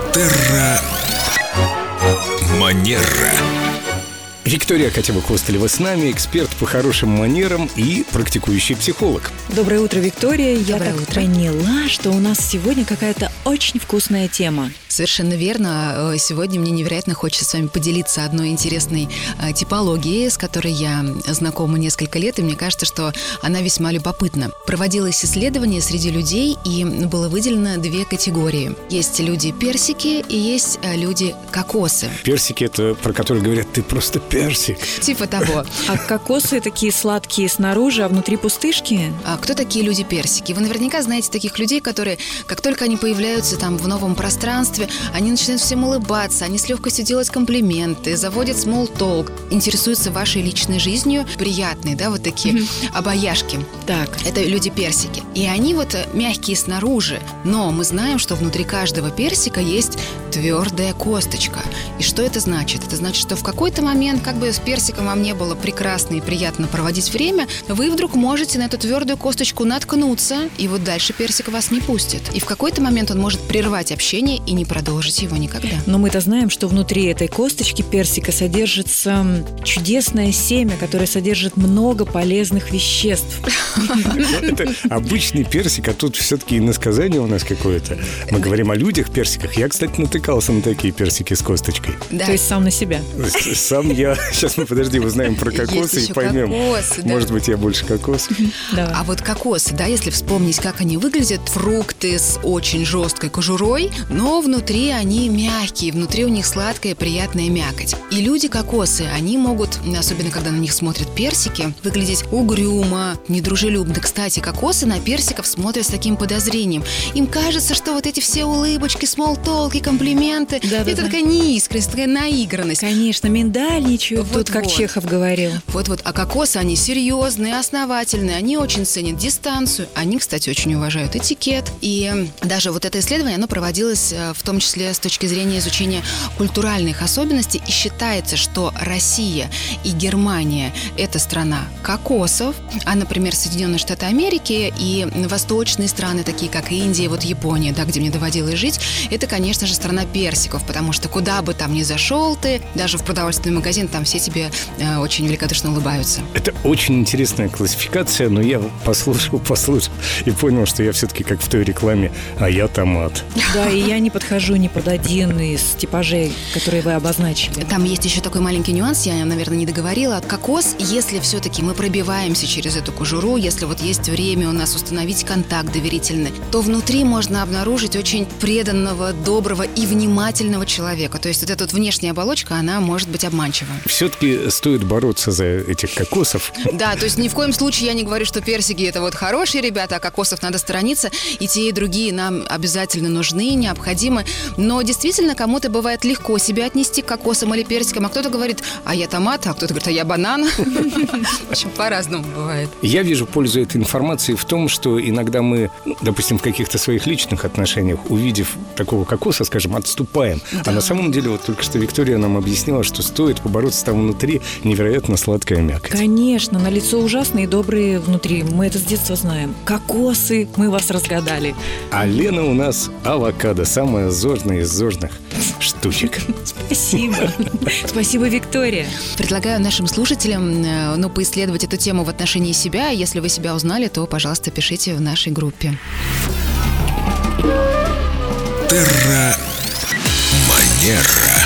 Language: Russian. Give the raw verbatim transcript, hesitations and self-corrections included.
Терра Манера. Виктория Катева-Костылева с нами, эксперт по хорошим манерам и практикующий психолог. Доброе утро, Виктория. Я Доброе так утро. поняла, что у нас сегодня какая-то очень вкусная тема. Совершенно верно. Сегодня мне невероятно хочется с вами поделиться одной интересной э, типологией, с которой я знакома несколько лет, и мне кажется, что она весьма любопытна. Проводилось исследование среди людей, и было выделено две категории. Есть люди-персики и есть э, люди-кокосы. Персики — это про которые говорят: ты просто персик. Типа того. А кокосы такие сладкие снаружи, а внутри пустышки? А кто такие люди-персики? Вы наверняка знаете таких людей, которые, как только они появляются там в новом пространстве, они начинают всем улыбаться, они с легкостью делать комплименты, заводят small talk, интересуются вашей личной жизнью, приятные, да, вот такие Мгм. обаяшки. Так, Это люди-персики. И они вот э, мягкие снаружи, но мы знаем, что внутри каждого персика есть твердая косточка. И что это значит? Это значит, что в какой-то момент, как бы с персиком вам не было прекрасно и приятно проводить время, вы вдруг можете на эту твердую косточку наткнуться, и вот дальше персик вас не пустит. И в какой-то момент он может прервать общение и не продолжить его никогда. но мы-то знаем, что внутри этой косточки персика содержится чудесное семя, которое содержит много полезных веществ. Это обычный персик, а тут все-таки иносказание у нас какое-то. Мы говорим о людях-персиках. Я, кстати, натыкался на такие персики с косточкой. Да. То есть сам на себя. Сам я... Сейчас мы, подожди, узнаем про Есть кокосы и еще поймем. кокосы, да. Может быть, я больше кокос. Давай. А вот кокосы, да, если вспомнить, как они выглядят, фрукты с очень жесткой кожурой, но внутри они мягкие, внутри у них сладкая, приятная мякоть. И люди-кокосы, они могут, особенно когда на них смотрят персики, выглядеть угрюмо, недружелюбно. Кстати, кокосы на персиков смотрят с таким подозрением. Им кажется, что вот эти все улыбочки, смолтолки, комплименты, Да-да-да. это такая неискренность, такая наигранность. Конечно, миндальничают Вот-вот. тут, как Чехов говорил. Вот-вот, а кокосы, они серьезные, основательные, они очень ценят дистанцию, они, кстати, очень уважают этикет. И даже вот это исследование, оно проводилось э, в том числе с точки зрения изучения культуральных особенностей, и считается, что Россия и Германия – это страна кокосов, а, например, Соединенные Штаты Америки и восточные страны, такие как Индия, вот Япония, да, где мне доводилось жить, это, конечно же, страна персиков, потому что куда бы там ни зашел ты, даже в продовольственный магазин, там все тебе э, очень великодушно улыбаются. Это очень интересная классификация, но я послушал, послушал и понял, что я все-таки как в той рекламе: а я томат. Да, и я не подхожу ни под один из типажей, которые вы обозначили. Там есть еще такой маленький нюанс, я, наверное, не договорила. Кокос, если все-таки мы пробиваемся через эту кожуру, если вот есть время у нас установить контакт доверительный, то внутри можно обнаружить очень преданного, доброго и внимательного человека. То есть вот эта вот внешняя оболочка, она может быть обманчива. Все-таки стоит бороться за этих кокосов. Да, то есть ни в коем случае я не говорю, что персики – это вот хорошие ребята, а кокосов надо сторониться. И те, и другие нам обязательно нужны, необходимы. Но действительно, кому-то бывает легко себя отнести к кокосам или персикам, а кто-то говорит: а я томат, а кто-то говорит: а я банан. В общем, по-разному бывает. Я вижу пользу этой информации в том, что иногда мы, ну, допустим, в каких-то своих личных отношениях, увидев такого кокоса, скажем, отступаем. А на самом деле, вот только что Виктория нам объяснила, что стоит побороться, там внутри невероятно сладкая мякоть. Конечно, на лицо ужасные и добрые внутри. Мы это с детства знаем. Кокосы, мы вас разгадали. А Лена у нас авокадо, самая зожная из зожных штучек. Спасибо. Спасибо, Виктория. Предлагаю нашим слушателям э, ну, поисследовать эту тему в отношении себя. Если вы себя узнали, то, пожалуйста, пишите в нашей группе. Терра Манера.